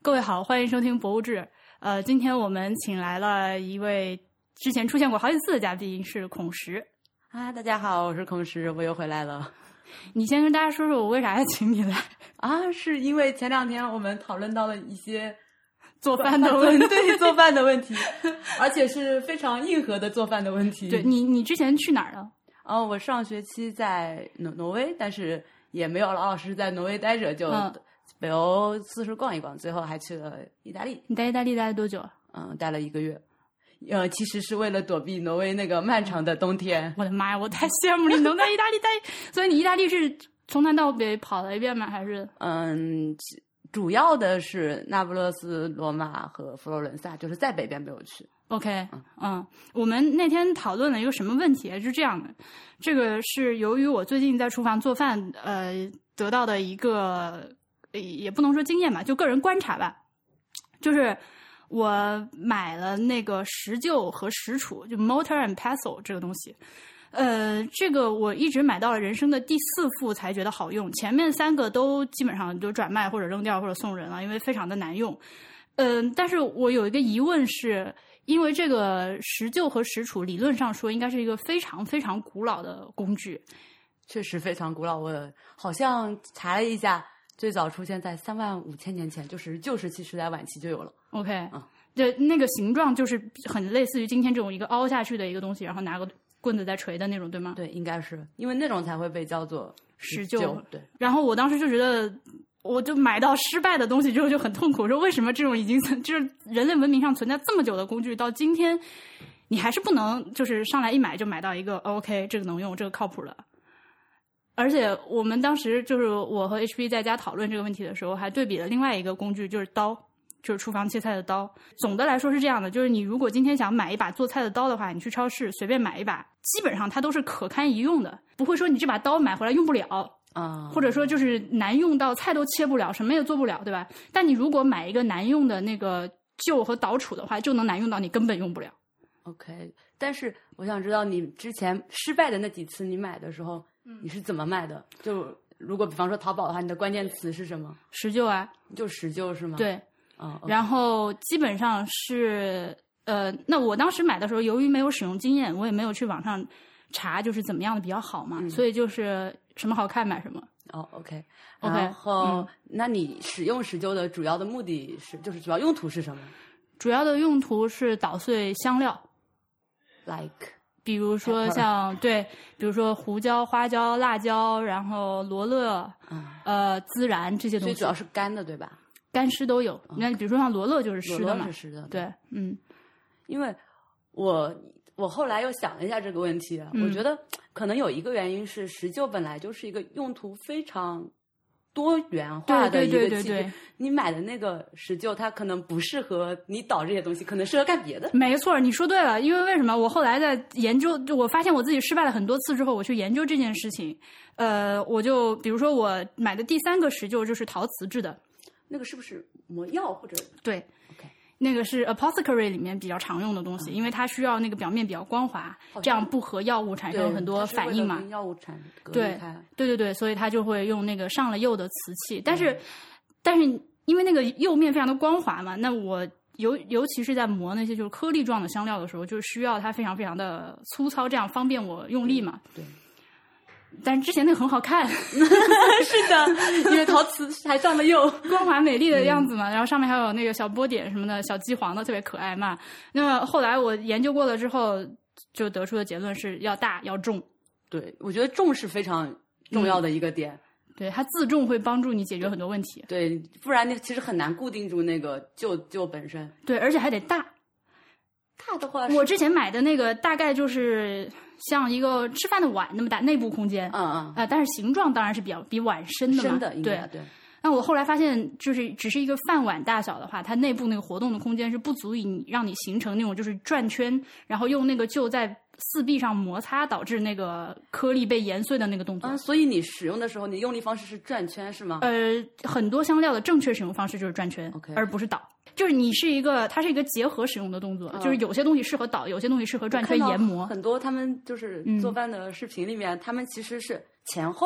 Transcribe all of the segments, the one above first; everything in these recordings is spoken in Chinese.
各位好，欢迎收听博物志。今天我们请来了一位之前出现过好几次的嘉宾，是孔石。 啊，大家好，我是孔石，我又回来了。 你先跟大家说说我为啥要请你来啊？是因为前两天我们讨论到了一些做饭的问题， 对，做饭的问题，而且是非常硬核的做饭的问题。 对，你之前去哪儿了？ 我上学期在挪威，但是也没有老老实实在挪威待着，就北欧四处逛一逛，最后还去了意大利。 你在意大利待了多久？ 待了1个月。其实是为了躲避挪威那个漫长的冬天。 我的妈呀，我太羡慕你能在意大利待。所以你意大利是从南到北跑了一遍吗？还是？ 主要的是那不勒斯、罗马和佛罗伦萨，就是在北边没有去。 OK， 我们那天讨论了一个什么问题？是这样的，这个是由于我最近在厨房做饭，得到的一个，也不能说经验吧，就个人观察吧，就是我买了那个石臼和石杵，就 mortar and pestle 这个东西。这个我一直买到了人生的第4副才觉得好用，前面3个都基本上就转卖或者扔掉或者送人了，因为非常的难用。但是我有一个疑问是，因为这个石臼和石杵理论上说应该是一个非常非常古老的工具。 确实非常古老，我好像查了一下，最早出现在35000年前，就是旧石器时代晚期就有了。 OK，对，那个形状就是很类似于今天这种一个凹下去的一个东西，然后拿个棍子在锤的那种，对吗？ 对，应该是因为那种才会被叫做石臼。 对。 然后我当时就觉得，我就买到失败的东西之后就很痛苦，说为什么这种已经就是人类文明上存在这么久的工具，到今天你还是不能就是上来一买就买到一个 OK 这个能用，这个靠谱的。而且我们当时就是我和 HB 在家讨论这个问题的时候，还对比了另外一个工具，就是刀，就是厨房切菜的刀。总的来说是这样的，就是你如果今天想买一把做菜的刀的话，你去超市随便买一把，基本上它都是可堪一用的，不会说你这把刀买回来用不了或者说就是难用到菜都切不了，什么也做不了，对吧？但你如果买一个难用的那个臼和捣杵的话，就能难用到你根本用不了。 OK， 但是我想知道你之前失败的那几次你买的时候，你是怎么买的？就如果比方说淘宝的话，你的关键词是什么？ 石臼啊。 就石臼是吗？ 对。 okay。 然后基本上是那我当时买的时候，由于没有使用经验，我也没有去网上查就是怎么样的比较好嘛，所以就是什么好看买什么。 OK。然后那你使用石臼的主要的目的是，就是主要用途是什么？ 主要的用途是捣碎香料 ，like 比如说像对，比如说胡椒、花椒、辣椒，然后罗勒，孜然这些东西。 所以主要是干的，对吧？ 干湿都有。那比如说像罗勒就是湿的嘛。 罗勒是湿的。 对， 因为我后来又想了一下这个问题，我觉得可能有一个原因是石臼本来就是一个用途非常多元化的一个器具。 对。 你买的那个石臼它可能不适合你捣这些东西，可能适合干别的。 没错，你说对了。因为什么？我后来在研究，就我发现我自己失败了很多次之后，我去研究这件事情。我就比如说我买的第3个石臼就是陶瓷制的。 那个是不是磨药或者？ 对。OK。那个是 apothecary 里面比较常用的东西，因为它需要那个表面比较光滑，这样不和药物产生很多反应嘛。 药物隔离开。 对，所以它就会用那个上了釉的瓷器。但是因为那个釉面非常的光滑嘛，那我尤其是在磨那些就是颗粒状的香料的时候，就需要它非常非常的粗糙，这样方便我用力嘛。 对。 但是之前那个很好看。 是的，因为陶瓷还上了釉， 光滑美丽的样子嘛，然后上面还有那个小波点什么的，小鸡黄的，特别可爱嘛。那么后来我研究过了之后，就得出的结论是要大要重。 对，我觉得重是非常重要的一个点。 对，它自重会帮助你解决很多问题。 对，不然其实很难固定住那个臼本身。 对，而且还得大。 大的话， 我之前买的那个大概就是像一个吃饭的碗那么大，内部空间。但是形状当然是比碗深的嘛。 深的，对。 那我后来发现，就是只是一个饭碗大小的话，它内部那个活动的空间是不足以让你形成那种就是转圈，然后用那个臼在四壁上摩擦，导致那个颗粒被研碎的那个动作。 所以你使用的时候，你用力方式是转圈是吗？ 很多香料的正确使用方式就是转圈，而不是捣。就是它是一个结合使用的动作，就是有些东西适合捣，有些东西适合转圈研磨。 很多他们就是做饭的视频里面，他们其实是前后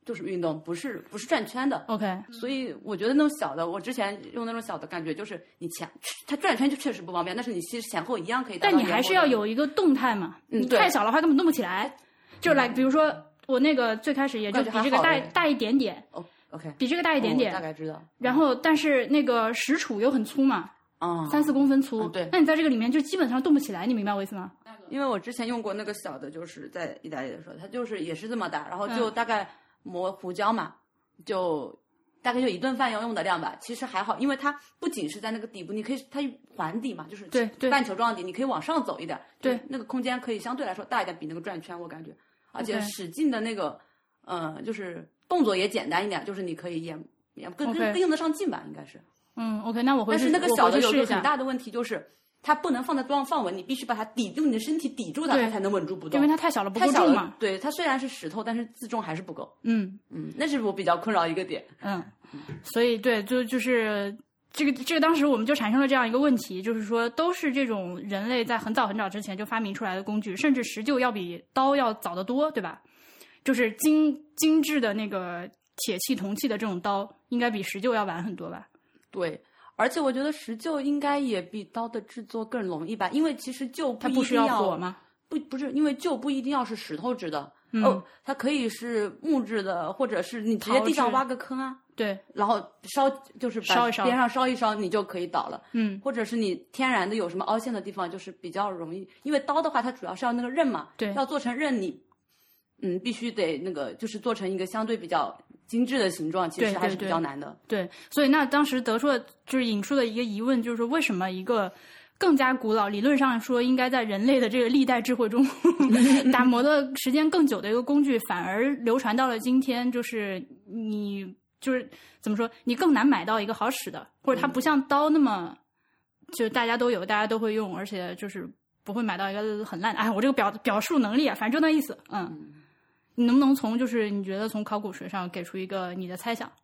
就是运动，不是转圈的。 OK， 所以我觉得那种小的，我之前用那种小的感觉就是它转圈就确实不方便，但是你其实前后一样可以达到。 但你还是要有一个动态嘛，你太小的话根本动不起来。就来，比如说我那个最开始也就比这个大一点点。 OK， 比这个大一点点， 大概知道。 然后，但是那个实杵又很粗嘛，3-4公分粗。 对， 那你在这个里面就基本上动不起来，你明白我意思吗？ 因为我之前用过那个小的，就是在意大利的时候，它就是也是这么大，然后就大概磨胡椒嘛，就大概就1顿饭要用的量吧。其实还好，因为它不仅是在那个底部，你可以它环底嘛，就是半球状底，你可以往上走一点， 对， 那个空间可以相对来说大一点，比那个转圈我感觉，而且使劲的那个就是动作也简单一点，就是你可以也更用得上劲吧，应该是。 OK， 那我回去。 但是那个小的有一个很大的问题就是。它不能放在桌上放稳，你必须把它用你的身体抵住它，它才能稳住不动。 因为它太小了，不够重嘛。 对，它虽然是石头，但是自重还是不够。那是我比较困扰一个点。 所以对，就是这个当时我们就产生了这样一个问题，就是说都是这种人类在很早很早之前就发明出来的工具，甚至石臼要比刀要早得多，对吧？就是精致的那个铁器、铜器的这种刀，应该比石臼要晚很多吧？ 对。而且我觉得石臼应该也比刀的制作更容易吧，因为其实臼它不需要火吗？ 不是，因为臼不一定要是石头制的，它可以是木质的，或者是你直接地上挖个坑啊， 对， 然后就是把边上烧一烧，你就可以捣了，或者是你天然的有什么凹陷的地方，就是比较容易，因为刀的话它主要是要那个刃嘛， 对， 要做成刃你必须得那个就是做成一个相对比较精致的形状，其实还是比较难的。 对，所以那当时得出了就是引出的一个疑问，就是为什么一个更加古老，理论上说应该在人类的这个历代智慧中打磨的时间更久的一个工具，反而流传到了今天，就是你就是怎么说，你更难买到一个好使的，或者它不像刀那么就大家都有，大家都会用，而且就是不会买到一个很烂。哎，我这个表述能力啊，反正就那意思。你能不能就是你觉得从考古学上给出一个你的猜想？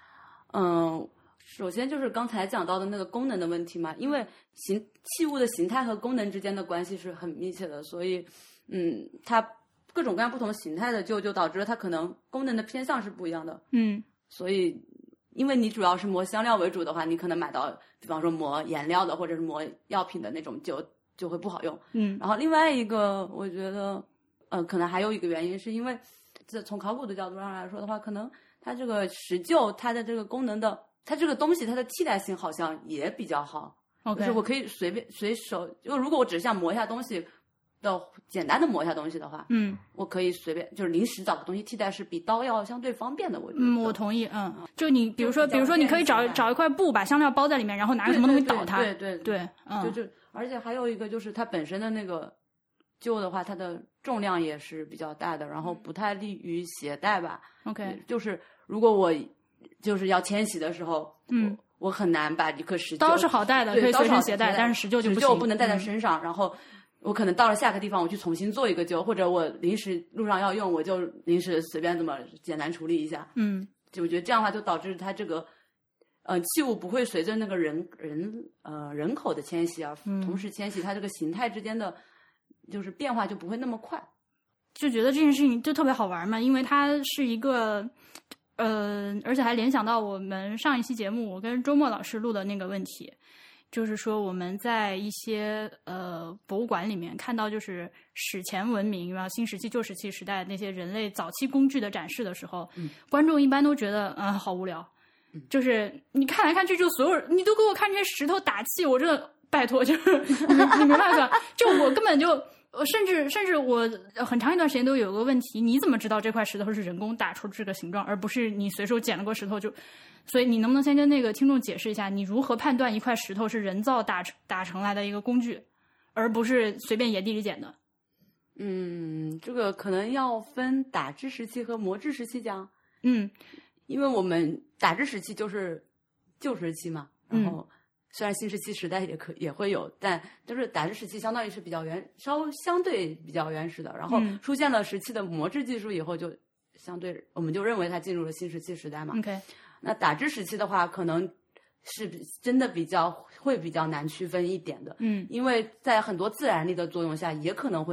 首先就是刚才讲到的那个功能的问题嘛，因为器物的形态和功能之间的关系是很密切的，所以它各种各样不同形态的就导致了它可能功能的偏向是不一样的。所以因为你主要是磨香料为主的话，你可能买到比方说磨颜料的或者是磨药品的那种就会不好用。然后另外一个我觉得可能还有一个原因是因为从考古的角度上来说的话，可能它这个石臼它的这个功能的它这个东西它的替代性好像也比较好。就是我可以随手，就如果我只是想磨一下东西的简单的磨一下东西的话，我可以随便就是临时找个东西替代是比刀要相对方便的，我觉得。 我同意。就你比如说你可以找一块布把香料包在里面，然后拿个什么东西捣它。 对，就而且还有一个就是它本身的那个臼的话，它的重量也是比较大的，然后不太利于携带吧。 OK， 就是如果我就是要迁徙的时候，我很难把一颗石臼。 刀是好带的，可以随身携带，但是石臼就不行， 石臼不能带在身上。然后我可能到了下个地方，我去重新做一个臼，或者我临时路上要用，我就临时随便这么简单处理一下。就我觉得这样的话，就导致它这个器物不会随着那个人口的迁徙而同时迁徙，它这个形态之间的就是变化就不会那么快。 就觉得这件事情就特别好玩嘛，因为它是一个而且还联想到我们上一期节目我跟周末老师录的那个问题，就是说我们在一些博物馆里面看到就是史前文明新石器旧石器时代那些人类早期工具的展示的时候，观众一般都觉得好无聊，就是你看来看去就所有你都给我看这些石头打气，我真的拜托，就是你没办法，就我根本就甚至我很长一段时间都有个问题，你怎么知道这块石头是人工打出这个形状，而不是你随手捡了个石头就？所以你能不能先跟那个听众解释一下，你如何判断一块石头是人造打成来的一个工具，而不是随便野地里捡的？ 这个可能要分打制时期和磨制时期讲。因为我们打制时期就是旧石器嘛，然后虽然新石器时代也会有，但就是打制时期相当于是比较相对比较原始的，然后出现了石器的磨制技术以后，就相对我们就认为它进入了新石器时代嘛。 OK， 那打制时期的话，可能是真的会比较难区分一点的。因为在很多自然力的作用下，也可能会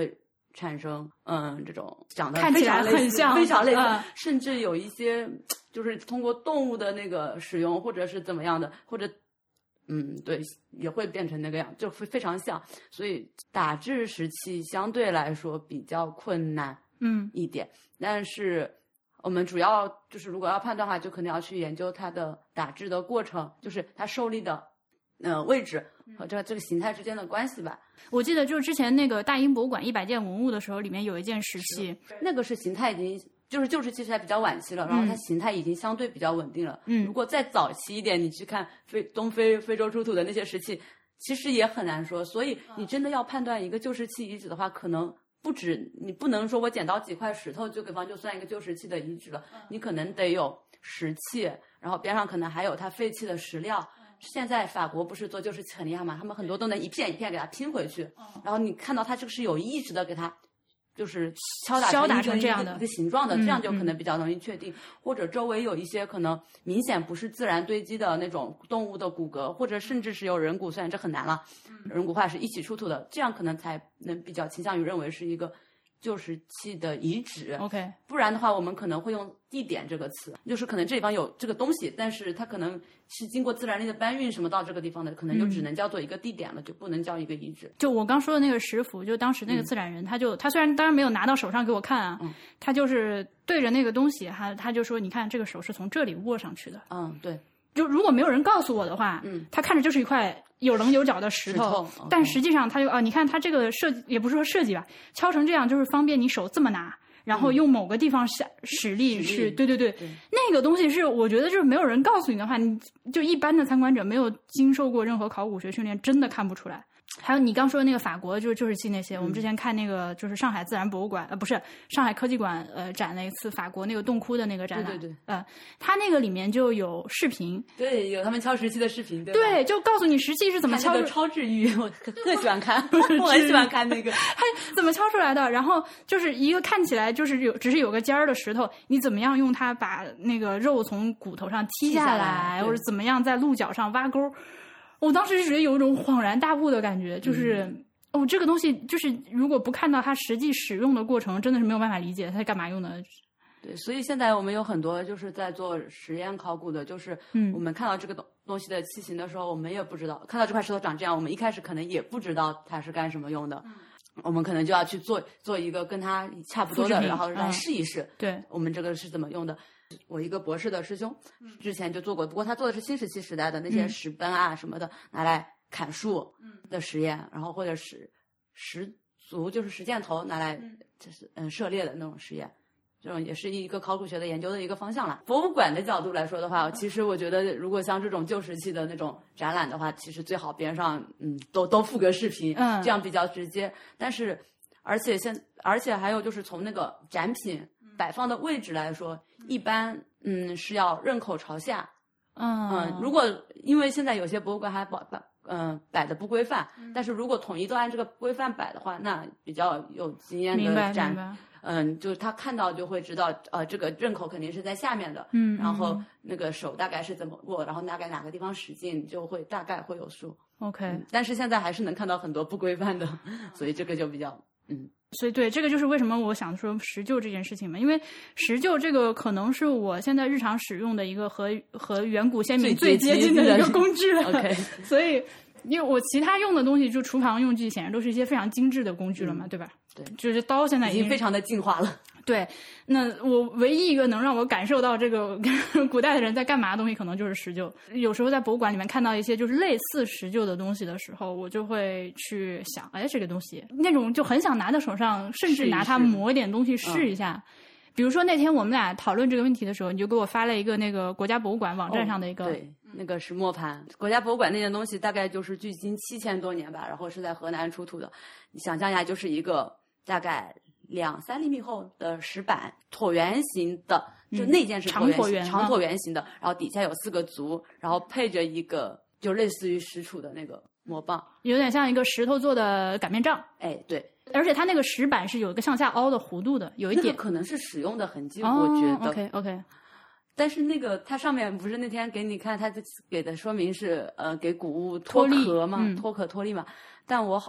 产生这种长得看起来很像非常类似，甚至有一些就是通过动物的那个使用或者是怎么样的，或者对，也会变成那个样，就会非常像。所以打制石器相对来说比较困难一点，但是我们主要就是如果要判断的话，就可能要去研究它的打制的过程，就是它受力的位置和这个形态之间的关系吧。 我记得就是之前那个大英博物馆100件文物的时候，里面有一件石器， 那个是形态已经就是旧石器时代比较晚期了，然后它形态已经相对比较稳定了。如果再早期一点，你去看东非洲出土的那些石器，其实也很难说。所以你真的要判断一个旧石器遗址的话，可能不止，你不能说我捡到几块石头就就算一个旧石器的遗址了，你可能得有石器，然后边上可能还有它废弃的石料。现在法国不是做旧石器很厉害嘛，他们很多都能一片一片给它拼回去，然后你看到它这个是有意识的给它就是敲打成这样的一个形状的，这样就可能比较容易确定。或者周围有一些可能明显不是自然堆积的那种动物的骨骼，或者甚至是有人骨，虽然这很难了，人骨化石一起出土的，这样可能才能比较倾向于认为是一个旧石器的遗址。 OK， 不然的话我们可能会用地点这个词，就是可能这地方有这个东西，但是它可能是经过自然力的搬运什么到这个地方的，可能就只能叫做一个地点了，就不能叫一个遗址。 就我刚说的那个石斧，就当时那个自然人，他虽然当然没有拿到手上给我看啊，他就是对着那个东西，他就说你看这个手是从这里握上去的。 对， 就如果没有人告诉我的话，他看着就是一块有棱有角的石头，但实际上他就你看他这个设计也不是说设计吧，敲成这样就是方便你手这么拿，然后用某个地方使力去，对，那个东西是我觉得就是没有人告诉你的话，你就一般的参观者没有经受过任何考古学训练，真的看不出来。还有你刚说的那个法国就是旧石器那些，我们之前看那个就是上海自然博物馆，不是上海科技馆展了一次法国那个洞窟的那个展览， 对， 它那个里面就有视频， 对，有他们敲石器的视频， 对，就告诉你石器是怎么敲， 那个超治愈，我特喜欢看，我很喜欢看那个， 它怎么敲出来的，然后就是一个看起来就是只是有个尖儿的石头，你怎么样用它把那个肉从骨头上剔下来，或者怎么样在鹿角上挖沟。我当时就觉得有一种恍然大悟的感觉，就是这个东西就是如果不看到它实际使用的过程，真的是没有办法理解它干嘛用的。 对，所以现在我们有很多就是在做实验考古的，就是我们看到这个东西的器型的时候，我们也不知道，看到这块石头长这样，我们一开始可能也不知道它是干什么用的。我们可能就要去做一个跟它差不多的，然后来试一试， 对， 我们这个是怎么用的。我一个博士的师兄之前就做过，不过他做的是新石器时代的那些石崩啊什么的，拿来砍树的实验，然后或者是石足就是石箭头拿来就是射猎的那种实验，这种也是一个考古学的研究的一个方向了。博物馆的角度来说的话，其实我觉得如果像这种旧石器的那种展览的话，其实最好边上都附个视频，这样比较直接。但是而且还有就是从那个展品摆放的位置来说，一般是要刃口朝下。如果因为现在有些博物馆还摆的不规范，但是如果统一都按这个规范摆的话，那比较有经验的展，就是他看到就会知道，这个刃口肯定是在下面的，然后那个手大概是怎么握，然后大概哪个地方使劲，就会大概会有数。 OK， 但是现在还是能看到很多不规范的，所以这个就比较所以对，这个就是为什么我想说石臼这件事情嘛，因为石臼这个可能是我现在日常使用的一个和远古先民最接近的一个工具了。 OK， 所以因为我其他用的东西，就厨房用具，显然都是一些非常精致的工具了嘛，对吧？ 对， 就是刀现在已经非常的进化了。 对，那我唯一一个能让我感受到这个古代的人在干嘛的东西，可能就是石臼。有时候在博物馆里面看到一些就是类似石臼的东西的时候，我就会去想，哎，这个东西那种就很想拿在手上，甚至拿它磨一点东西试一下。比如说那天我们俩讨论这个问题的时候，你就给我发了一个那个国家博物馆网站上的一个， 对，那个石磨盘。国家博物馆那件东西大概就是距今7000多年吧，然后是在河南出土的。你想象一下，就是一个大概2-3厘米厚的石板，椭圆形的，就那件是长椭圆形的，然后底下有4个足，然后配着一个就类似于石杵的那个磨棒， 有点像一个石头做的擀面杖。 哎，对。 而且它那个石板是有一个向下凹的弧度的，有一点、 那个可能是使用的痕迹，我觉得。 OK。 但是那个它上面不是那天给你看，它给的说明是给谷物脱壳嘛，脱壳脱粒嘛。但我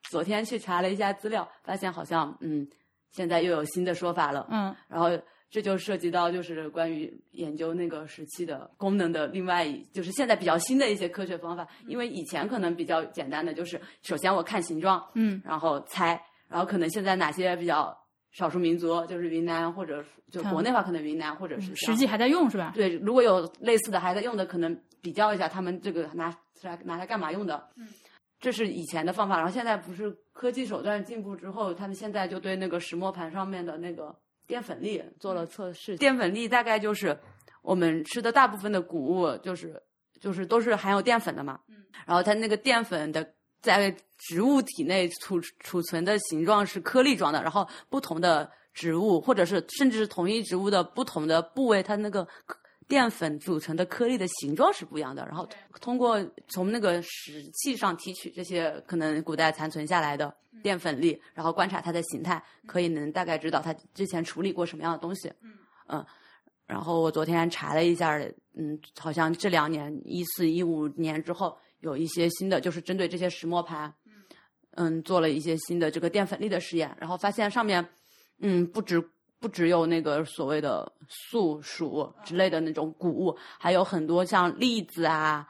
昨天去查了一下资料，发现好像现在又有新的说法了。然后这就涉及到就是关于研究那个时期的功能的另外就是现在比较新的一些科学方法。因为以前可能比较简单的就是首先我看形状，然后猜，然后可能现在哪些比较少数民族，就是云南或者就国内的话可能云南或者是实际还在用是吧？ 对，如果有类似的还在用的，可能比较一下他们这个拿来干嘛用的。这是以前的方法。然后现在不是科技手段进步之后，他们现在就对那个石磨盘上面的那个淀粉粒做了测试。淀粉粒大概就是我们吃的大部分的谷物就是都是含有淀粉的嘛。然后它那个淀粉的在植物体内储存的形状是颗粒状的，然后不同的植物或者是甚至是同一植物的不同的部位，它那个淀粉组成的颗粒的形状是不一样的。然后通过从那个石器上提取这些可能古代残存下来的淀粉粒，然后观察它的形态，可以能大概知道它之前处理过什么样的东西。然后我昨天查了一下，好像这2年14、15年之后有一些新的，就是针对这些石磨盘，做了一些新的这个淀粉粒的实验，然后发现上面，不只有那个所谓的粟黍之类的那种谷物，还有很多像栗子啊，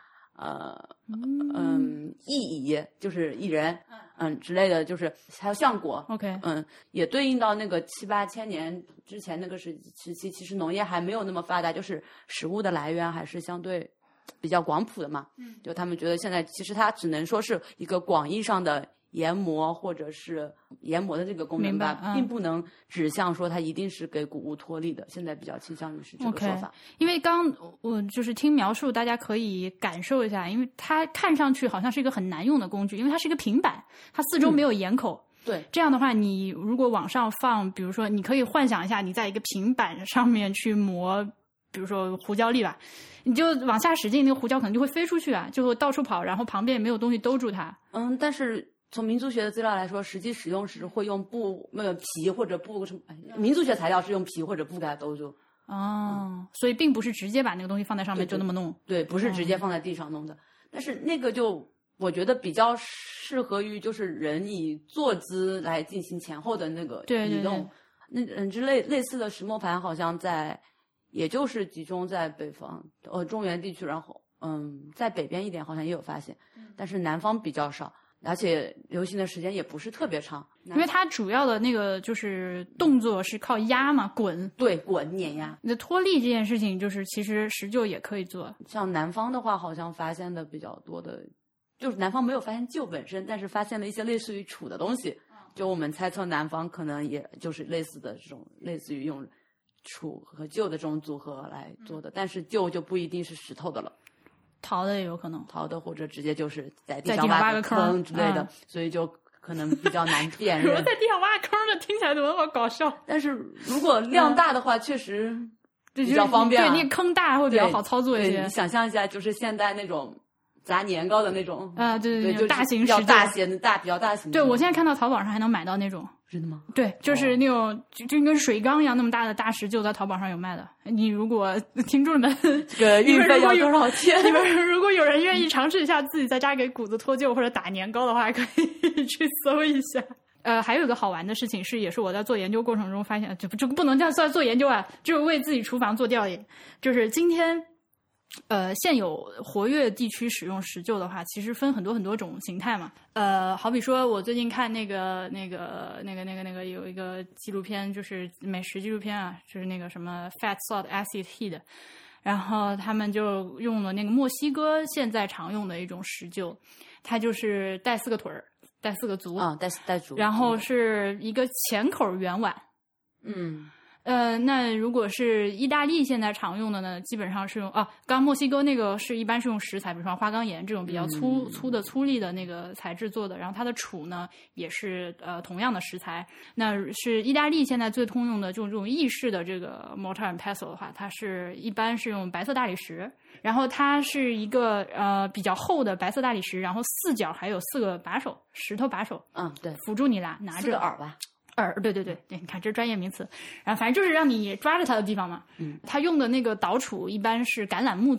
薏苡就是薏仁，之类的，就是还有橡果。 OK， 也对应到那个7、8千年之前那个时期，其实农业还没有那么发达，就是食物的来源还是相对比较广谱的嘛。就他们觉得现在其实它只能说是一个广义上的研磨或者是研磨的这个功能吧，并不能指向说它一定是给谷物脱粒的。现在比较倾向于是这个说法。 因为刚我就是听描述，大家可以感受一下，因为它看上去好像是一个很难用的工具，因为它是一个平板，它四周没有檐口。 对， 这样的话，你如果往上放，比如说，你可以幻想一下，你在一个平板上面去磨，比如说胡椒粒吧，你就往下使劲，那个胡椒可能就会飞出去啊，就会到处跑，然后旁边也没有东西兜住它。 但是从民族学的资料来说，实际使用时会用布皮或者布什么，民族学材料是用皮或者布给它兜住。 所以并不是直接把那个东西放在上面就那么弄。 对，不是直接放在地上弄的。但是那个就我觉得比较适合于就是人以坐姿来进行前后的那个移动。那之类似的石磨盘好像也就是集中在北方中原地区，然后在北边一点好像也有发现，但是南方比较少。而且流行的时间也不是特别长， 因为它主要的那个就是动作是靠压嘛，滚， 对，滚碾压。 那脱粒这件事情，就是其实石臼也可以做。 像南方的话，好像发现的比较多的，就是南方没有发现臼本身，但是发现了一些类似于杵的东西。就我们猜测南方可能也就是类似的这种，类似于用杵和臼的这种组合来做的，但是臼就不一定是石头的了。 陶的也有可能， 陶的或者直接就是在地上挖个坑之类的，所以就可能比较难辨认。 如果在地上挖坑的，听起来怎么那么搞笑？ 但是如果量大的话，确实比较方便。 对，那个坑大会比较好操作一些。 你想象一下，就是现在那种砸年糕的那种对， 就大型比较大型的比较大型的。 对，我现在看到淘宝上还能买到那种。 真的吗？ 对，就是那种就跟水缸一样那么大的大石臼，在淘宝上有卖的。你如果听众们这个运费要多少钱？ 你们如果有人愿意尝试一下自己在家给谷子脱臼或者打年糕的话，可以去搜一下。还有一个好玩的事情是，也是我在做研究过程中发现，这个不能这样算做研究啊，就是为自己厨房做调研。就是今天现有活跃地区使用石臼的话，其实分很多种形态嘛。好比说我最近看那个有一个纪录片，就是美食纪录片啊，就是那个什么 Fat Salt Acid Heat， 然后他们就用了那个墨西哥现在常用的一种石臼，它就是带4个腿儿，带4个足啊，带足， 然后是一个前口圆碗。那如果是意大利现在常用的呢，基本上是用刚墨西哥那个是一般是用石材，比如说花岗岩这种比较粗粒的那个材质做的，然后它的杵呢也是同样的石材。那是意大利现在最通用的这种意式的这个 mortar and pestle 的话，它是一般是用白色大理石，然后它是一个比较厚的白色大理石，然后4角还有4个把手，石头把手， 对， 辅助你拿着 4个耳吧。 对，你看这是专业名词，然后反正就是让你抓着它的地方嘛。它用的那个捣杵一般是橄榄木做的，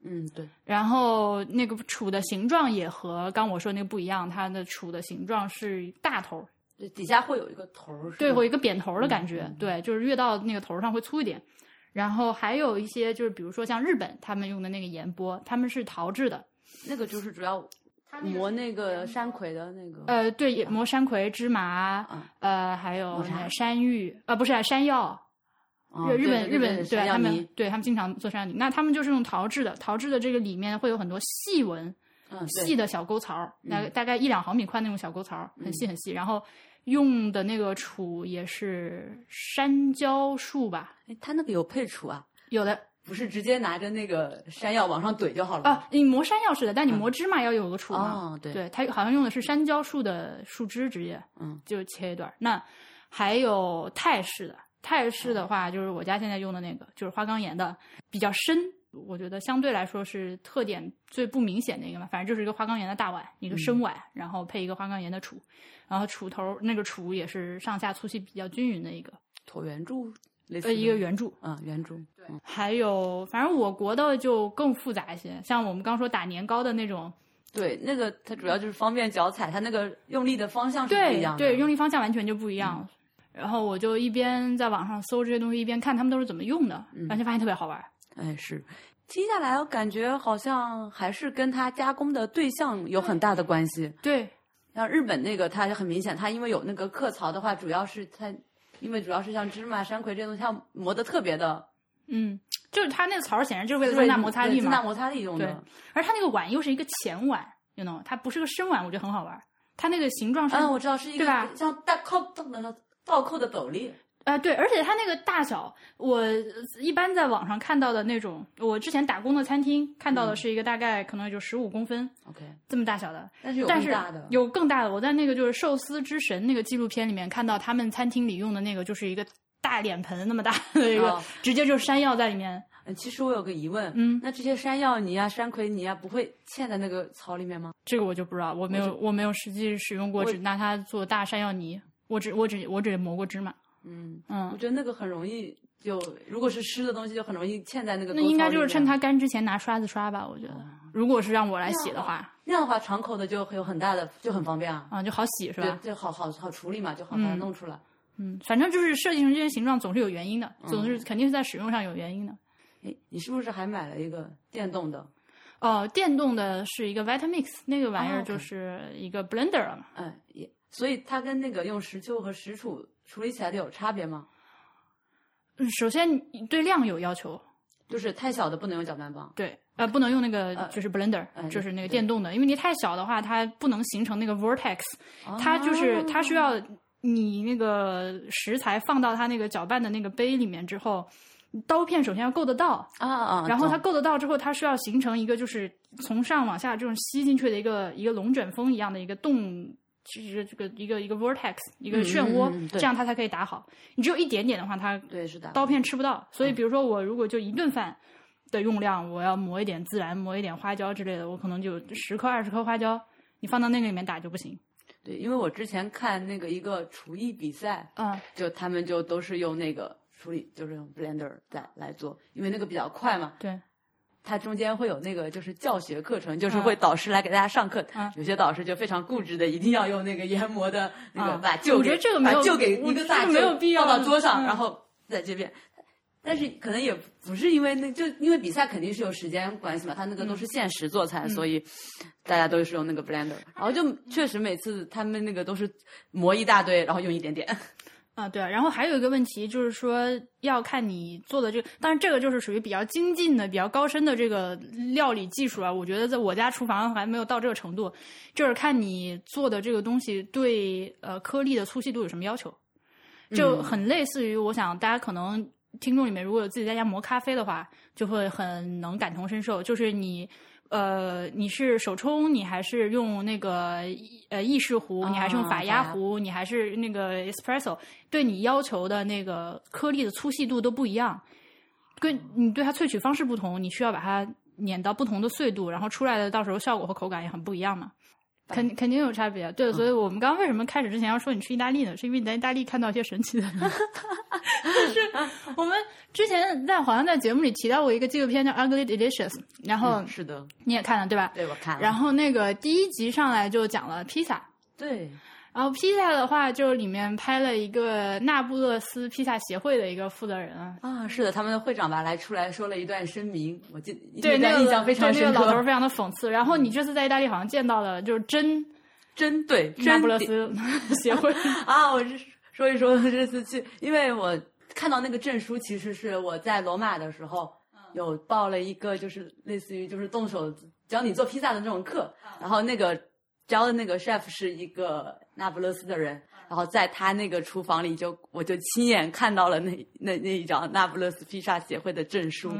对。 然后那个杵的形状也和刚我说那个不一样，它的杵的形状是大头， 对，底下会有一个头， 对，会有一个扁头的感觉，对，就是越到那个头上会粗一点。然后还有一些就是比如说像日本他们用的那个盐钵，他们是陶制的， 那个就是主要磨那个山葵的那个， 对，磨山葵、芝麻，还有山芋，不是山药。日本对他们经常做山药泥，那他们就是用陶制的这个里面会有很多细纹，细的小沟槽，大概1-2毫米宽那种小沟槽，很细很细。然后用的那个杵也是山椒树吧？ 它那个有配杵啊？ 有的， 不是直接拿着那个山药往上怼就好了吗？ 你磨山药是的，但你磨芝麻要有个杵嘛。 对， 它好像用的是山椒树的树枝，直接就切一段。那还有泰式的话，就是我家现在用的那个，就是花岗岩的，比较深，我觉得相对来说是特点最不明显的一个嘛。反正就是一个花岗岩的大碗，一个深碗，然后配一个花岗岩的杵，然后杵头那个杵也是上下粗细比较均匀的一个椭圆柱，类似一个圆柱， 圆柱。 对，还有反正我国的就更复杂一些，像我们刚说打年糕的那种。 对，那个它主要就是方便脚踩，它那个用力的方向是不一样的。 对，用力方向完全就不一样。然后我就一边在网上搜这些东西，一边看他们都是怎么用的，而且发现特别好玩。 是，听下来我感觉好像还是跟它加工的对象有很大的关系。 对， 像日本那个，它很明显，它因为有那个刻槽的话，主要是像芝麻、山葵这些东西，它磨得特别的， 就是它那个槽显然就是为了增大摩擦力嘛， 增大摩擦力用的。 对，而它那个碗又是一个浅碗，you know，它不是个深碗，我觉得很好玩。它那个形状是， 我知道是一个像倒扣的斗笠。 对，而且它那个大小，我一般在网上看到的那种，我之前打工的餐厅看到的是一个大概可能就15公分 ，OK， 这么大小的。 但是有更大的， 有更大的。我在那个就是寿司之神那个纪录片里面看到他们餐厅里用的那个，就是一个大脸盆那么大的一个，直接就是山药在里面。 其实我有个疑问，那这些山药泥啊、山葵泥啊，不会嵌在那个槽里面吗？ 这个我就不知道，我没有实际使用过，只拿它做大山药泥。我只磨过芝麻。 我觉得那个很容易，就如果是湿的东西，就很容易嵌在那个。 那应该就是趁它干之前拿刷子刷吧，我觉得。如果是让我来洗的话， 那样的话敞口的就有很大的，就很方便就好洗是吧？ 对，就好处理嘛，就好把它弄出来。 反正就是设计成这些形状总是有原因的，总是肯定是在使用上有原因的。 你是不是还买了一个电动的？ 电动的是一个 Vitamix， 那个玩意儿就是一个 blender 了嘛。 所以它跟那个用石臼和石杵处理起来的有差别吗？ 首先对量有要求， 就是太小的不能用搅拌棒。 对，不能用那个就是 blender，就是那个电动的，因为你太小的话，它不能形成那个 vortex，它需要你那个食材放到它那个搅拌的那个杯里面之后，刀片首先要够得到然后它够得到之后，它需要形成一个就是从上往下这种吸进去的一个龙卷风一样的一个洞。就是这个一个 vortex， 一个漩涡，这样它才可以打好。你只有一点点的话，它刀片吃不到。所以，比如说我如果就一顿饭的用量，我要磨一点孜然，磨一点花椒之类的，我可能就10颗20颗花椒，你放到那个里面打就不行。 对，因为我之前看那个一个厨艺比赛，就他们就都是用那个处理，就是用 blender 来做，因为那个比较快嘛。 对。 它中间会有那个就是教学课程，就是会导师来给大家上课。有些导师就非常固执的，一定要用那个研磨的那个把臼给一个大臼放到桌上，然后在这边。但是可能也不是因为因为比赛肯定是有时间关系嘛，他那个都是限时做菜，所以大家都是用那个 blender。然后就确实每次他们那个都是磨一大堆，然后用一点点。 对，然后还有一个问题就是说，要看你做的这个，当然这个就是属于比较精进的、比较高深的这个料理技术啊。我觉得在我家厨房还没有到这个程度，就是看你做的这个东西对颗粒的粗细度有什么要求，就很类似于我想大家可能听众里面如果有自己在家磨咖啡的话，就会很能感同身受，就是你是手冲，你还是用那个意式壶，你还是用法压壶，你还是那个 espresso， 对你要求的那个颗粒的粗细度都不一样，你对它萃取方式不同，你需要把它碾到不同的碎度，然后出来的到时候效果和口感也很不一样嘛。 肯定有差别。对，所以我们刚刚为什么开始之前要说你去意大利呢？是因为你在意大利看到一些神奇的人。就是我们之前好像在节目里提到过一个纪录片叫《Ugly Delicious》，然后是的， 你也看了对吧？ 对，我看了。 然后那个第一集上来就讲了披萨。 对。 然后披萨的话，就里面拍了一个那不勒斯披萨协会的一个负责人啊，是的，他们的会长吧出来说了一段声明，我对那段印象非常深刻。 对，那个老头非常的讽刺。然后你这次在意大利好像见到了就是真那不勒斯协会啊，我是说一说这次去，因为我看到那个证书，其实是我在罗马的时候有报了一个就是类似于就是动手教你做披萨的这种课，然后那个教的那个 chef 是一个那不勒斯的人，然后在他那个厨房里我就亲眼看到了那一张那不勒斯披萨协会的证书。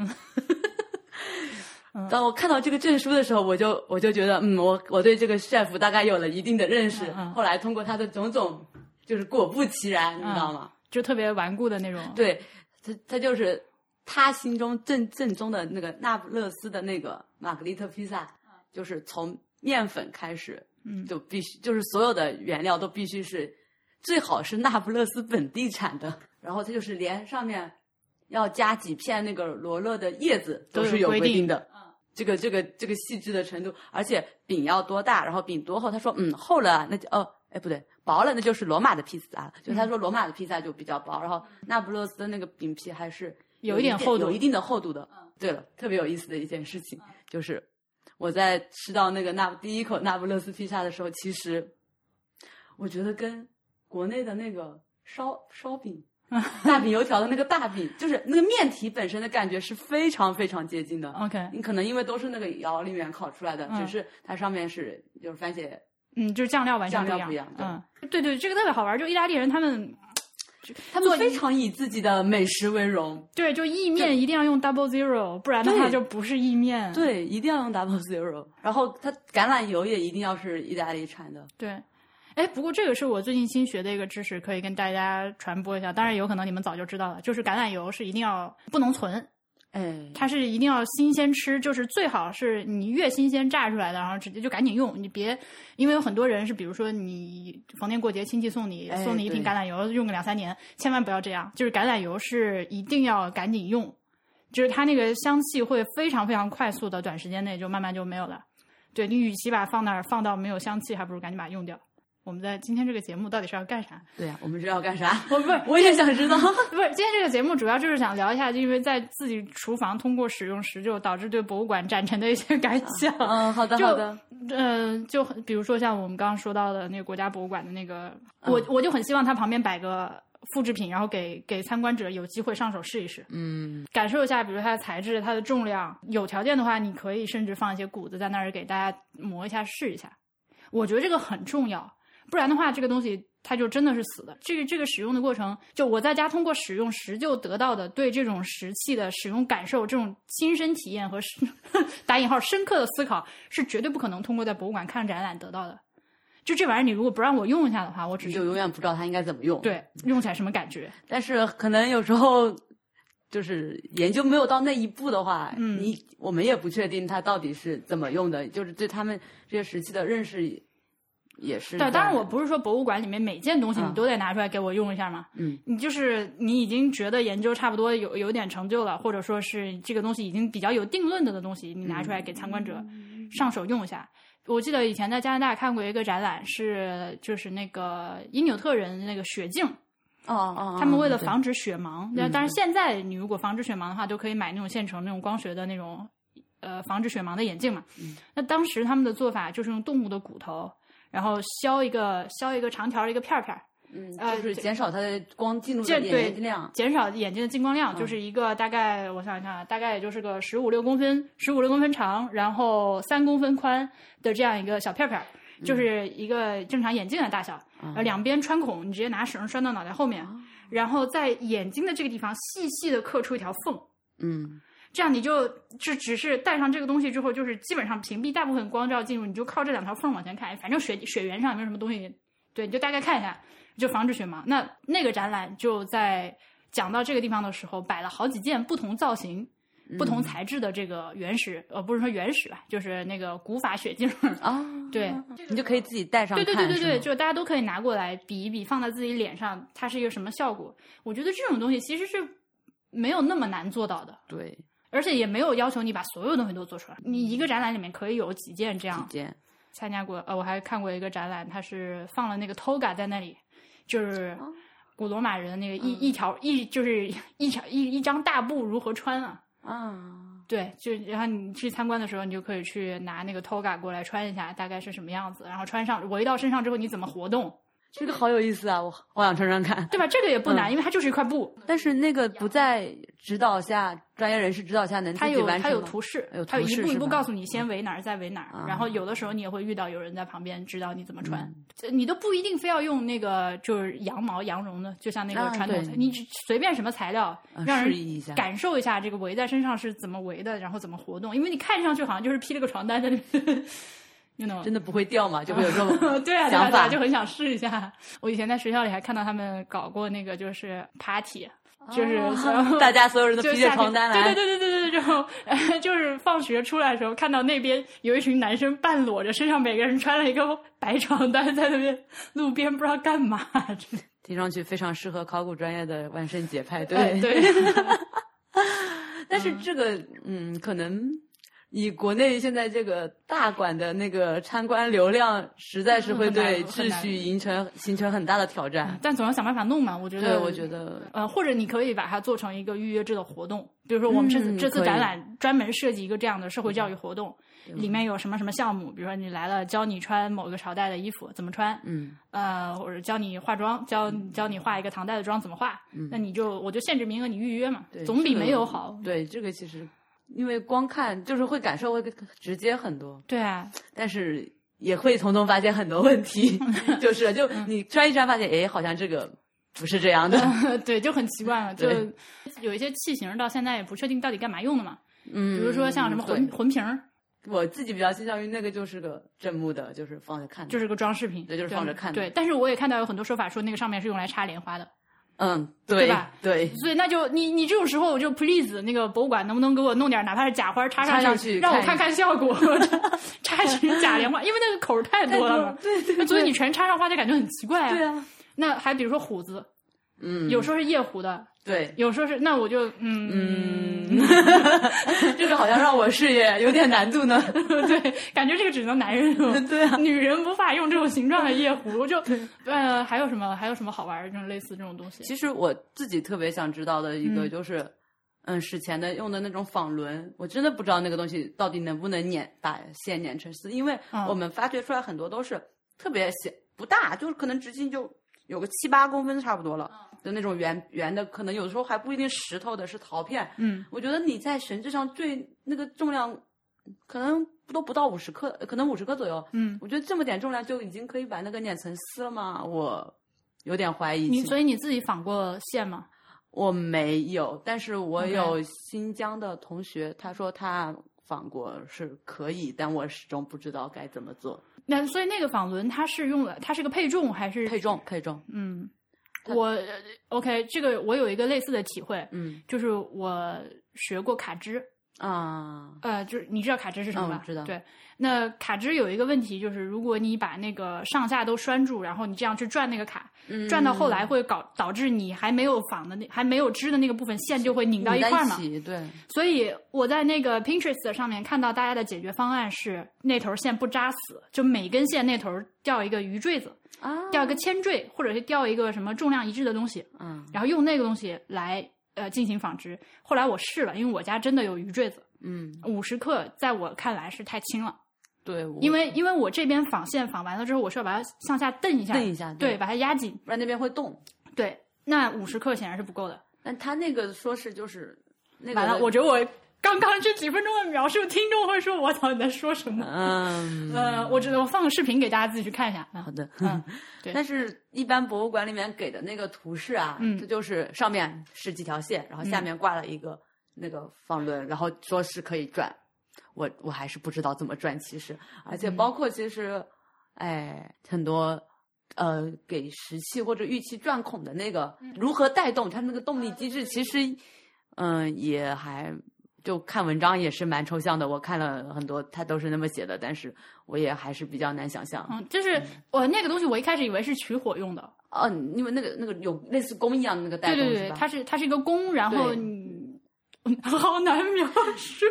当我看到这个证书的时候，我就觉得我对这个 chef 大概有了一定的认识。后来通过他的种种，就是果不其然，你知道吗？ 就特别顽固的那种。 对，他就是他心中正宗的那个那不勒斯的那个玛格丽特披萨，就是从面粉开始。就必须就是所有的原料都必须是最好是那不勒斯本地产的，然后它就是连上面要加几片那个罗勒的叶子都是有规定的。这个细致的程度，而且饼要多大，然后饼多厚，他说厚了那就不对，薄了那就是罗马的披萨，就他说罗马的披萨就比较薄，然后那不勒斯的那个饼皮还是有一点厚度， 有一定的厚度的。对了，特别有意思的一件事情就是我在吃到那个第一口那不勒斯披萨的时候，其实我觉得跟国内的那个烧饼大饼油条的那个大饼，就是那个面体本身的感觉是非常非常接近的。 OK， 你可能因为都是那个窑里面烤出来的，只是它上面是就是番茄， 就是酱料完全不一样。 对，这个特别好玩，就意大利人他们非常以自己的美食为荣。 对，就意面一定要用 double zero， 不然的话就不是意面。 对，一定要用 double zero。然后它橄榄油也一定要是意大利产的。 对。不过这个是我最近新学的一个知识，可以跟大家传播一下。当然有可能你们早就知道了，就是橄榄油是一定要不能存。它是一定要新鲜吃，就是最好是你越新鲜榨出来的，然后直接就赶紧用。你别因为有很多人是比如说你逢年过节亲戚送你一瓶橄榄油用个2-3年，千万不要这样。就是橄榄油是一定要赶紧用，就是它那个香气会非常非常快速的短时间内就慢慢就没有了。对，你与其把放那儿放到没有香气，还不如赶紧把它用掉。我们在今天这个节目到底是要干啥？ 对呀，我们是要干啥？ 我也想知道。 不是，今天这个节目主要就是想聊一下，因为在自己厨房通过使用石臼导致对博物馆展陈的一些感想。 好的，好的。 就比如说像我们刚刚说到的那个国家博物馆的那个，我就很希望它旁边摆个复制品，然后给参观者有机会上手试一试，感受一下，比如它的材质、它的重量。有条件的话，你可以甚至放一些谷子在那儿给大家磨一下试一下。我觉得这个很重要。不然的话，这个东西它就真的是死的。这个使用的过程，就我在家通过使用石臼得到的对这种石器的使用感受，这种亲身体验和打引号深刻的思考，是绝对不可能通过在博物馆看展览得到的。就这玩意儿，你如果不让我用一下的话，我只是就永远不知道它应该怎么用。 对，用起来什么感觉？ 但是可能有时候就是研究没有到那一步的话，我们也不确定它到底是怎么用的，就是对他们这些石器的认识。也是对，当然我不是说博物馆里面每件东西你都得拿出来给我用一下嘛。你就是你已经觉得研究差不多有点成就了，或者说是这个东西已经比较有定论的东西，你拿出来给参观者上手用一下。我记得以前在加拿大看过一个展览，就是那个因纽特人那个血镜。他们为了防止血盲，但是现在你如果防止血盲的话，都可以买那种现成那种光学的那种防止血盲的眼镜嘛。那当时他们的做法就是用动物的骨头。然后削一个长条的一个片片， 就是减少它的光进入的眼睛量， 减少眼睛的进光量，就是一个大概我想想，大概也就是个15-16公分长，然后3公分宽的这样一个小片片，就是一个正常眼镜的大小，两边穿孔，你直接拿绳拴到脑袋后面，然后在眼睛的这个地方细细的刻出一条缝，这样你就只是戴上这个东西之后，就是基本上屏蔽大部分光照进入，你就靠这2条缝往前看，反正血缘上也没有什么东西，对，你就大概看一下，就防止血盲。那个展览就在讲到这个地方的时候，摆了好几件不同造型不同材质的这个原石，不是说原石吧，就是那个古法雪镜啊，对， 你就可以自己戴上看， 对，就大家都可以拿过来比一比，放在自己脸上，它是一个什么效果？我觉得这种东西其实是没有那么难做到的， 对， 而且也没有要求你把所有东西都做出来，你一个展览里面可以有几件这样。参加过，我还看过一个展览，它是放了那个 toga 在那里，就是古罗马人那个一张大布如何穿对，就然后你去参观的时候，你就可以去拿那个 toga 过来穿一下，大概是什么样子，然后穿上围到身上之后你怎么活动。 这个好有意思啊，我好想穿穿看， 对吧？这个也不难，因为它就是一块布。 但是那个不在指导下，专业人士指导下能自己完成吗？ 它有图示，它有一步一步告诉你先围哪儿，再围哪儿。然后有的时候你也会遇到有人在旁边指导你怎么穿，你都不一定非要用那个就是羊毛羊绒的，就像那个传统你随便什么材料，让人感受一下这个围在身上是怎么围的，然后怎么活动。因为你看上去好像就是披了个床单在那边。 真的不会掉吗？就会有这种对啊， 想法， 就很想试一下。我以前在学校里还看到他们搞过那个，就是 party， 就是大家所有人都披着床单来， 对，然后就是放学出来的时候，看到那边有一群男生半裸着，身上每个人穿了一个白床单，在那边路边不知道干嘛。 听上去非常适合考古专业的万圣节派对。 对， 但是这个可能。以国内现在这个大馆的那个参观流量，实在是会对秩序形成很大的挑战。 但总要想办法弄嘛，我觉得。 对，我觉得或者你可以把它做成一个预约制的活动，比如说我们这次展览专门设计一个这样的社会教育活动，里面有什么什么项目，比如说你来了教你穿某个朝代的衣服怎么穿，或者教你化妆，教你画一个唐代的妆怎么画，那我就限制名额，你预约嘛，总比没有好。 对，这个其实。因为光看就是会感受会直接很多， 对啊， 但是也会从中发现很多问题，就你穿一穿发现，好像这个不是这样的， 对，就很奇怪了，就有一些器型到现在也不确定到底干嘛用的嘛，比如说像什么魂瓶， 我自己比较倾向于那个就是个正木的，就是放着看的， 就是个装饰品， 对，就是放着看的， 对，但是我也看到有很多说法说那个上面是用来插莲花的。 对吧？ 对， 所以那就你这种时候我就 please 那个博物馆能不能给我弄点哪怕是假花插上去， 让我看看效果，插一群假莲花，因为那个口太多了嘛。 对， 所以你全插上花就感觉很奇怪啊。 对啊， 那还比如说虎子，有时候是夜壶的， 对， 有时候是那我就这个好像让我试也有点难度呢。 对，感觉这个只能男人用， 对啊， 女人无法用这种形状的夜壶。我就还有什么好玩的这种类似这种东西？ 其实我自己特别想知道的一个就是史前的用的那种纺轮，我真的不知道那个东西到底能不能把线碾成丝，因为我们发掘出来很多都是特别小不大，就是可能直径就有个7-8公分差不多了的那种圆的，可能有时候还不一定石头的，是陶片。我觉得你在绳子上坠那个重量可能都不到50克，可能50克左右。我觉得这么点重量就已经可以把那个碾成丝了吗？我有点怀疑。 所以你自己纺过线吗？ 我没有，但是我有新疆的同学，他说他纺过是可以，但我始终不知道该怎么做。 那所以那个纺轮它是个配重还是配重？ 我 OK， 这个我有一个类似的体会，就是我学过卡织就是你知道卡织是什么吧？ 知道。 对，那卡织有一个问题，就是如果你把那个上下都拴住，然后你这样去转那个卡，转到后来会导致你还没有还没有织的那个部分线就会拧到一块嘛。 对。 所以我在那个 Pinterest 上面看到大家的解决方案是那头线不扎死，就每根线那头吊一个鱼坠子。吊一个铅坠，或者是吊一个什么重量一致的东西，然后用那个东西来进行纺织。后来我试了，因为我家真的有鱼坠子，50克在我看来是太轻了。 对， 因为我这边纺线纺完了之后，我是要把它向下蹬一下， 对，把它压紧， 不然那边会动。 对，那50克显然是不够的。 但他那个说是就是那个， 完了，我觉得我刚刚这几分钟的描述，听众会说我操你在说什么？我放个视频给大家自己去看一下。 好的， 对。 但是一般博物馆里面给的那个图示啊，它就是上面是几条线，然后下面挂了一个那个纺轮，然后说是可以转。我还是不知道怎么转，其实，而且包括其实，很多给石器或者玉器钻孔的那个如何带动它那个动力机制，其实也还就看文章也是蛮抽象的，我看了很多，它都是那么写的，但是我也还是比较难想象。 就是我那个东西，我一开始以为是取火用的。 哦，因为那个有类似弓一样的那个带动， 对，它是一个弓，然后好难描述。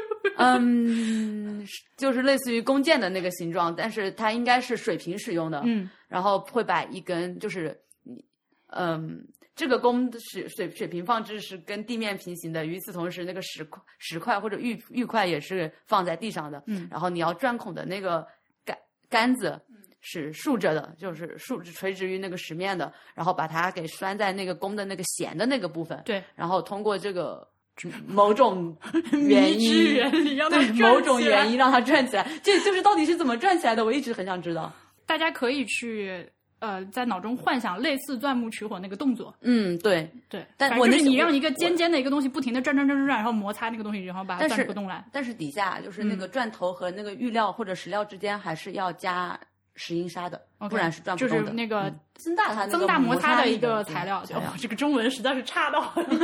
就是类似于弓箭的那个形状，但是它应该是水平使用的。然后会把一根就是这个弓水平放置是跟地面平行的，与此同时那个石块或者玉块也是放在地上的。然后你要钻孔的那个杆子是竖着的，就是垂直于那个石面的，然后把它给拴在那个弓的那个弦的那个部分。 对， 然后通过这个某种原因某种原因让它转起来。这就是到底是怎么转起来的，我一直很想知道。 大家可以去在脑中幻想类似钻木取火那个动作。 对，但就是你让一个尖尖的一个东西不停的转，然后摩擦那个东西，然后把它转出动来。 但是底下就是那个钻头和那个玉料或者石料之间还是要加石英砂的，不然是转不动的。 就是那个增大摩擦的一个材料。这个中文实在是差到了。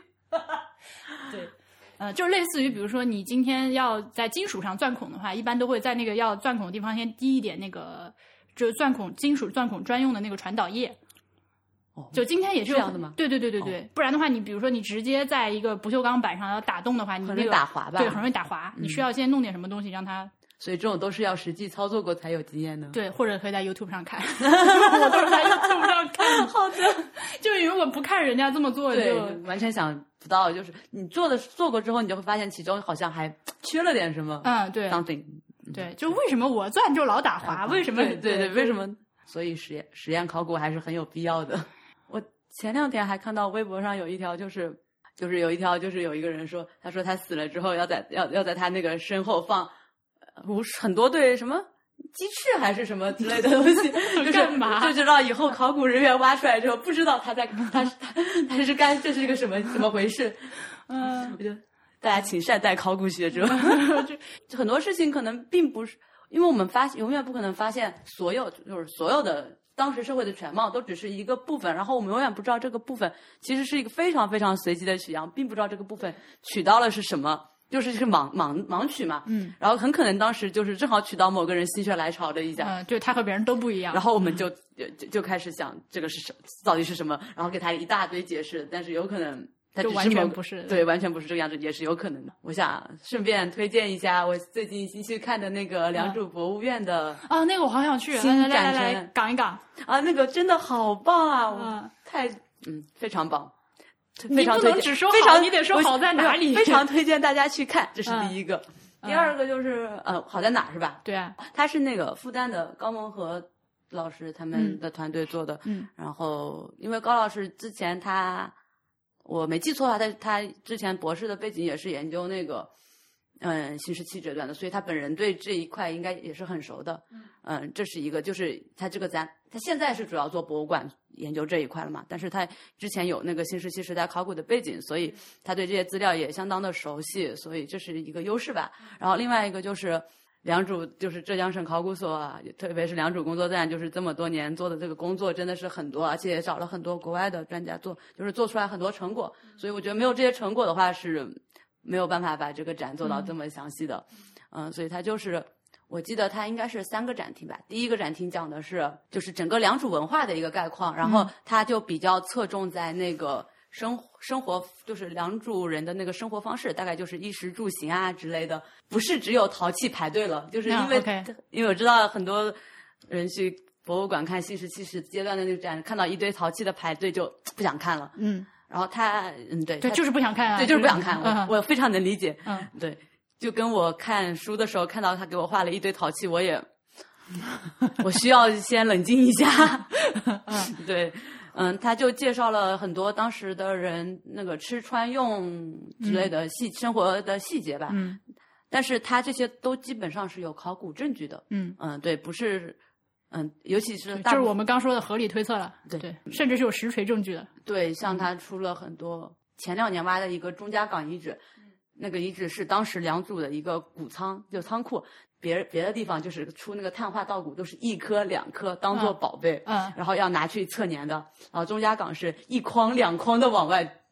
对，就是类似于比如说你今天要在金属上钻孔的话，一般都会在那个要钻孔的地方先滴一点那个就是金属钻孔专用的那个传导液。就今天也是这样的吗？ 对，不然的话你比如说你直接在一个不锈钢板上要打洞的话，你那个很容易打滑吧？ 对，很容易打滑。你需要先弄点什么东西让它。 所以这种都是要实际操作过才有经验的。 对，或者可以在 YouTube 上看。我都是在 YouTube 上看。 好的， 就是如果不看人家这么做，就完全想不到，就是你做过之后，你就会发现其中好像还缺了点什么。 对 ，something。 对，就为什么我钻就老打滑？为什么？ 对，为什么？所以实验考古还是很有必要的。我前2天还看到微博上有一条，就是有一条就是有一个人说，他说他死了之后要在他那个身后放很多对什么鸡翅还是什么之类的东西，就是干嘛？ 就知道以后考古人员挖出来之后，不知道他是这是一个什么回事。我觉得大家请善待考古学者。很多事情可能并不是，因为我们永远不可能发现所有的当时社会的全貌，都只是一个部分，然后我们永远不知道这个部分其实是一个非常非常随机的取样，并不知道这个部分取到了是什么。就是盲取嘛，然后很可能当时就是正好取到某个人心血来潮的一下， 对，他和别人都不一样， 然后我们就开始想这个是什么，到底是什么，然后给他一大堆解释，但是有可能它只是完全不是， 对，完全不是这个样子，也是有可能的。我想顺便推荐一下我最近新去看的那个良渚博物院的那个我好想去，来讲一讲啊，那个真的好棒啊，非常棒。非常推荐， 只说好，你得说好在哪里。 非常推荐大家去看，这是第一个。第二个就是好在哪是吧？ 对啊， 他是那个复旦的高蒙和老师他们的团队做的。然后因为高老师之前我没记错的话，他之前博士的背景也是研究那个新石器这段的，所以他本人对这一块应该也是很熟的。这是一个，就是他这个他现在是主要做博物馆研究这一块了嘛，但是他之前有那个新石器时代考古的背景，所以他对这些资料也相当的熟悉，所以这是一个优势吧。然后另外一个就是良渚，就是浙江省考古所啊，特别是良渚工作站，就是这么多年做的这个工作真的是很多，而且也找了很多国外的专家就是做出来很多成果，所以我觉得没有这些成果的话是没有办法把这个展做到这么详细的。所以它就是我记得它应该是3个展厅吧。第一个展厅讲的是就是整个良渚文化的一个概况，然后它就比较侧重在那个生活，就是良渚人的那个生活方式，大概就是衣食住行啊之类的，不是只有陶器排队了，就是因为我知道很多人去博物馆看新石器时阶段的那个展，看到一堆陶器的排队就不想看了。然后他对， 就是不想看啊， 对，就是不想看。我非常能理解。对。就跟我看书的时候看到他给我画了一堆陶器，我需要先冷静一下。对，他就介绍了很多当时的人那个吃穿用之类的生活的细节吧。但是他这些都基本上是有考古证据的。对，不是尤其是就是我们刚说的合理推测了。对，甚至是有实锤证据的。 对，像他出了很多前2年挖的一个钟家岗遗址。那个遗址是当时良渚的一个谷仓，就仓库，别的地方就是出那个碳化稻谷都是1颗2颗当做宝贝，然后要拿去测年的。然后钟家岗是1筐2筐的往外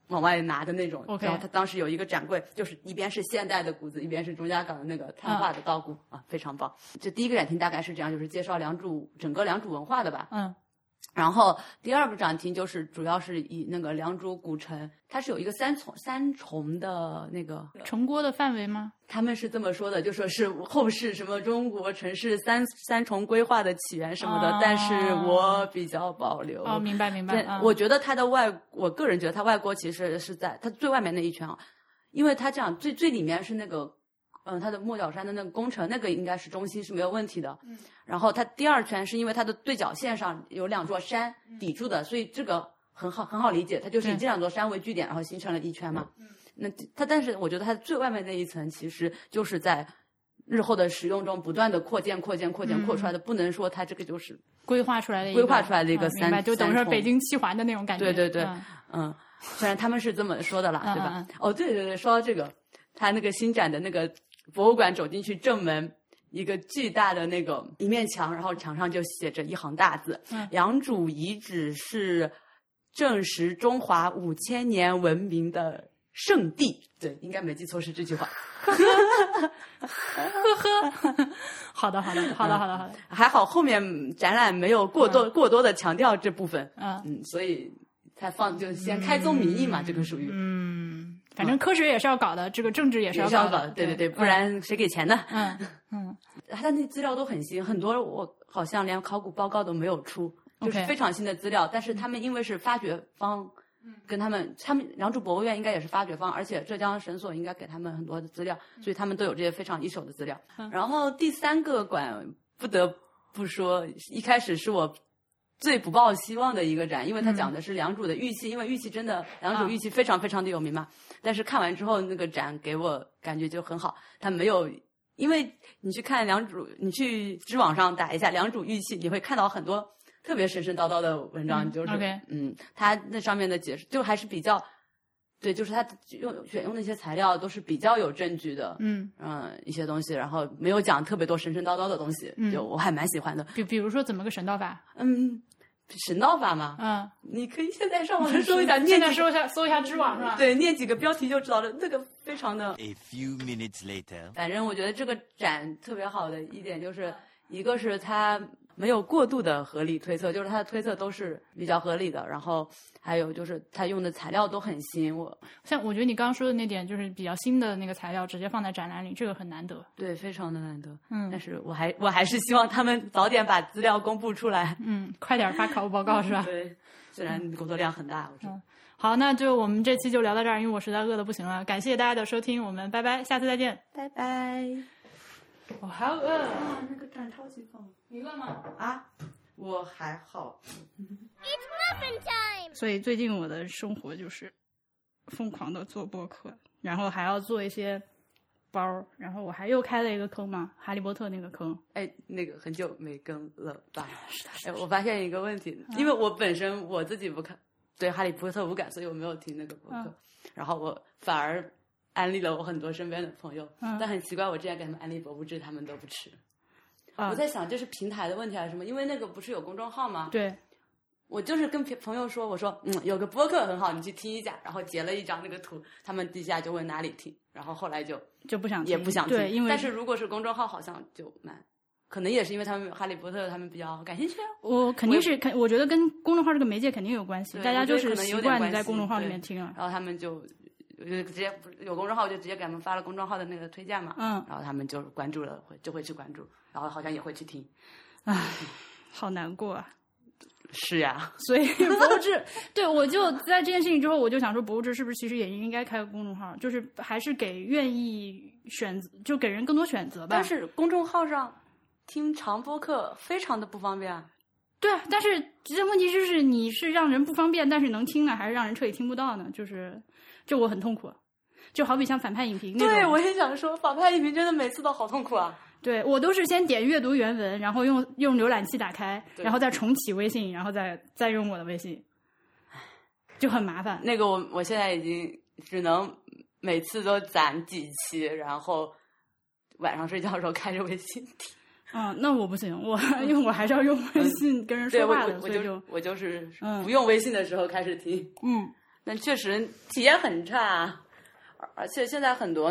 往外拿的那种。 OK， 然后他当时有一个展柜，就是一边是现代的谷子，一边是钟家港的那个碳化的稻谷啊，非常棒。就第一个展厅大概是这样，就是介绍整个良渚文化的吧。然后第二个展厅就是主要是以那个良渚古城，它是有一个三重的那个城郭的范围吗？ 他们是这么说的，就说是后世什么中国城市三重规划的起源什么的，但是我比较保留。 明白。 我觉得它的我个人觉得它外郭其实是在它最外面那一圈啊，因为它这样最里面是那个它的莫角山的那个工程，那个应该是中心是没有问题的。然后它第二圈是因为它的对角线上有2座山抵住的，所以这个很好理解，它就是以这2座山为据点，然后形成了一圈嘛。那但是我觉得它最外面那一层其实就是在日后的使用中不断的扩建扩出来的，不能说它这个就是规划出来的一个明白，就等于说北京7环的那种感觉。 对，虽然他们是这么说的啦，对吧？对，说到这个，他那个新展的那个博物馆走进去正门，一个巨大的那个一面墙，然后墙上就写着一行大字：良渚遗址是证实中华5000年文明的圣地。对，应该没记错是这句话。 好的。 还好后面展览没有过多的强调这部分。所以才就先开宗明义嘛，这个属于。 反正科学也是要搞的，这个政治也是要搞的。 对，不然谁给钱呢？他那资料都很新，很多我好像连考古报告都没有出，就是非常新的资料。但是他们因为是发掘方，跟他们良渚博物院应该也是发掘方，而且浙江省所应该给他们很多的资料，所以他们都有这些非常一手的资料。然后第3个馆不得不说，一开始是我最不抱希望的一个展，因为它讲的是良渚的玉器，因为玉器真的良渚玉器非常非常的有名嘛。但是看完之后，那个展给我感觉就很好，它没有，因为你去看良渚，你去知网上打一下良渚玉器，你会看到很多特别神神叨叨的文章，就是它那上面的解释就还是比较，对，就是它选用的一些材料都是比较有证据的，一些东西，然后没有讲特别多神神叨叨的东西，就我还蛮喜欢的。 比如说怎么个神道法？ 神道法嘛，你可以现在上网搜一下， 现在搜一下知网是吧？ 对，念几个标题就知道了，那个非常的。 A few minutes later， 反正我觉得这个展特别好的一点就是，一个是它没有过度的合理推测，就是它的推测都是比较合理的，然后还有就是它用的材料都很新。我觉得你刚刚说的那点就是比较新的那个材料直接放在展览里，这个很难得。 对，非常的难得。但是我还是希望他们早点把资料公布出来。 快点发考古报告是吧？ 对，虽然工作量很大，我知道。 好，那就我们这期就聊到这儿，因为我实在饿得不行了。感谢大家的收听，我们拜拜，下次再见， 拜拜。 我好饿啊！那个展超级棒， 你饿吗？ 我还好。 It's muffin time。 所以最近我的生活就是疯狂的做播客，然后还要做一些包，然后我还又开了一个坑嘛，哈利波特那个坑。 那个很久没更了吧？是的。我发现一个问题，因为我本身我自己不看对哈利波特无感，所以我没有听那个播客，然后我反而安利了我很多身边的朋友，但很奇怪，我之前给他们安利博物志，他们都不吃。我在想这是平台的问题还是什么？因为那个不是有公众号吗？ 对， 我就是跟朋友说，我说有个播客很好，你去听一下，然后截了一张那个图，他们底下就问哪里听，然后后来就不想听， 也不想听。 对，因为但是如果是公众号，好像就可能也是因为他们哈利波特他们比较感兴趣。 我肯定是我觉得跟公众号这个媒介肯定有关系，大家就是习惯你在公众号里面听了， 然后他们就直接有公众号，就直接给他们发了公众号的那个推荐嘛，然后他们就关注了，就会去关注，然后好像也会去听。 好难过啊！ 是呀， 所以博物志，对，我就在这件事情之后，我就想说，博物志是不是其实也应该开个公众号，就是还是给愿意选择，就给人更多选择吧。 但是公众号上听长播客非常的不方便。 对啊，但是这问题就是你是让人不方便，但是能听呢，还是让人彻底听不到呢？就我很痛苦，就好比像反派影评那种。 对，我也想说，反派影评真的每次都好痛苦啊。 对，我都是先点阅读原文，然后用浏览器打开，然后再重启微信，然后再用我的微信，就很麻烦。 那个我现在已经只能每次都攒几期，然后晚上睡觉的时候开着微信听。 那我不行，因为我还是要用微信跟人说话的，所以我就是不用微信的时候开始听。 但确实体验很差，而且现在很多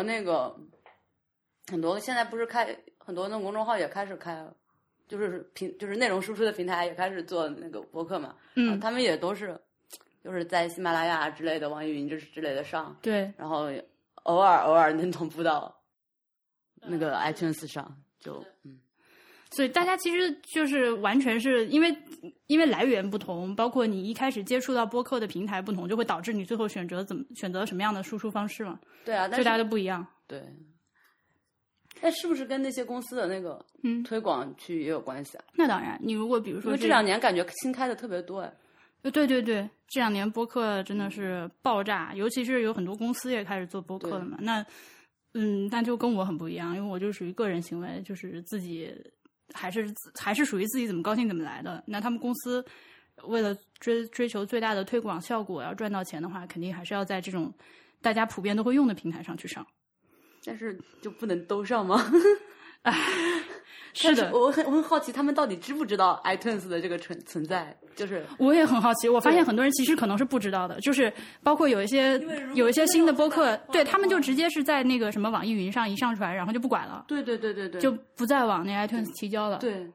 现在不是很多那种公众号也开始开，就是内容输出的平台也开始做那个播客嘛，他们也都是就是在喜马拉雅之类的、网易云之类的上， 对， 然后偶尔能同步到那个 iTunes 上， 所以大家其实就是完全是因为来源不同，包括你一开始接触到播客的平台不同，就会导致你最后选择什么样的输出方式嘛。 对啊， 所以大家都不一样。 对，那是不是跟那些公司的那个推广去也有关系啊？ 那当然，你如果比如说因为这2年感觉新开的特别多对，这2年播客真的是爆炸，尤其是有很多公司也开始做播客了嘛。那但就跟我很不一样，因为我就属于个人行为，就是自己还是属于自己怎么高兴怎么来的。那他们公司为了追求最大的推广效果，要赚到钱的话，肯定还是要在这种大家普遍都会用的平台上去上。 但是就不能都上吗？ 是的， 我很好奇，他们到底知不知道 iTunes 的这个存在？就是我也很好奇，我发现很多人其实可能是不知道的，就是包括有一些新的播客，对他们就直接是在那个什么网易云上一上传，然后就不管了， 对， 就不再往那 iTunes 提交了。 对，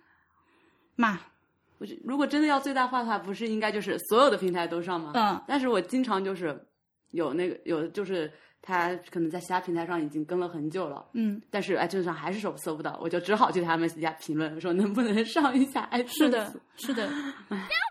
如果真的要最大化的话，不是应该就是所有的平台都上吗？但是我经常就是有就是他可能在其他平台上已经更了很久了，但是 iTunes 上还是搜不到，我就只好去他们家评论说能不能上一下 iTunes。 是的。 No